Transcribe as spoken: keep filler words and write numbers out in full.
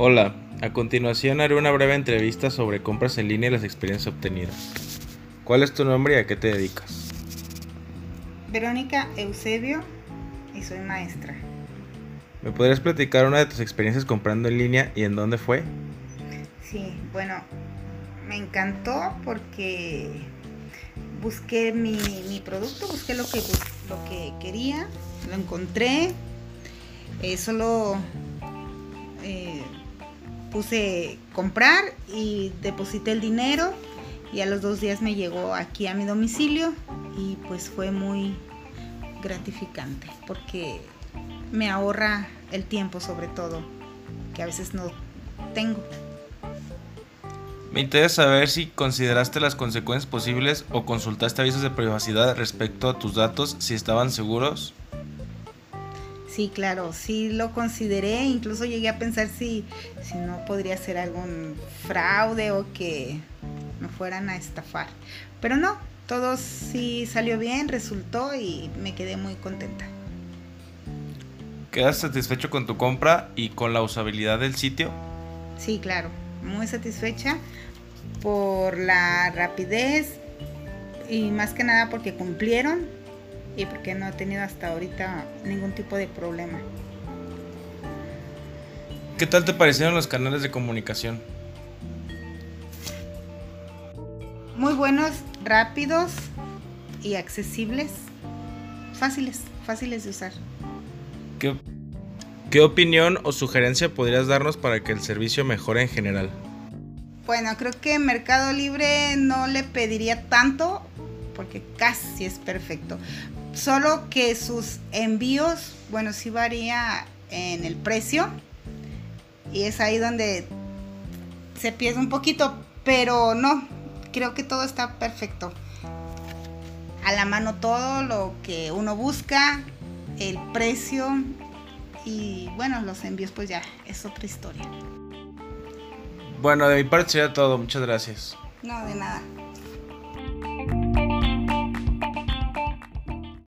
Hola, a continuación haré una breve entrevista sobre compras en línea y las experiencias obtenidas. ¿Cuál es tu nombre y a qué te dedicas? Verónica Eusebio y soy maestra. ¿Me podrías platicar una de tus experiencias comprando en línea y en dónde fue? Sí, bueno, me encantó porque busqué mi, mi producto, busqué lo que, lo que quería, lo encontré, eh, solo eh, puse comprar y deposité el dinero y a los dos días me llegó aquí a mi domicilio y pues fue muy gratificante porque me ahorra el tiempo, sobre todo, que a veces no tengo. Me interesa saber si consideraste las consecuencias posibles o consultaste avisos de privacidad respecto a tus datos, si estaban seguros. Sí, claro, sí lo consideré, incluso llegué a pensar si, si no podría ser algún fraude o que me fueran a estafar. Pero no, todo sí salió bien, resultó y me quedé muy contenta. ¿Quedas satisfecho con tu compra y con la usabilidad del sitio? Sí, claro, muy satisfecha por la rapidez y más que nada porque cumplieron y porque no he tenido hasta ahorita ningún tipo de problema. ¿Qué tal te parecieron los canales de comunicación? Muy buenos, rápidos y accesibles, fáciles, fáciles de usar. ¿Qué, qué opinión o sugerencia podrías darnos para que el servicio mejore en general? Bueno, creo que Mercado Libre no le pediría tanto porque casi es perfecto. Solo que sus envíos, bueno, sí varía en el precio y es ahí donde se pierde un poquito, pero no, creo que todo está perfecto. A la mano todo lo que uno busca, el precio y bueno, los envíos pues ya es otra historia. Bueno, de mi parte sería todo, muchas gracias. No, de nada.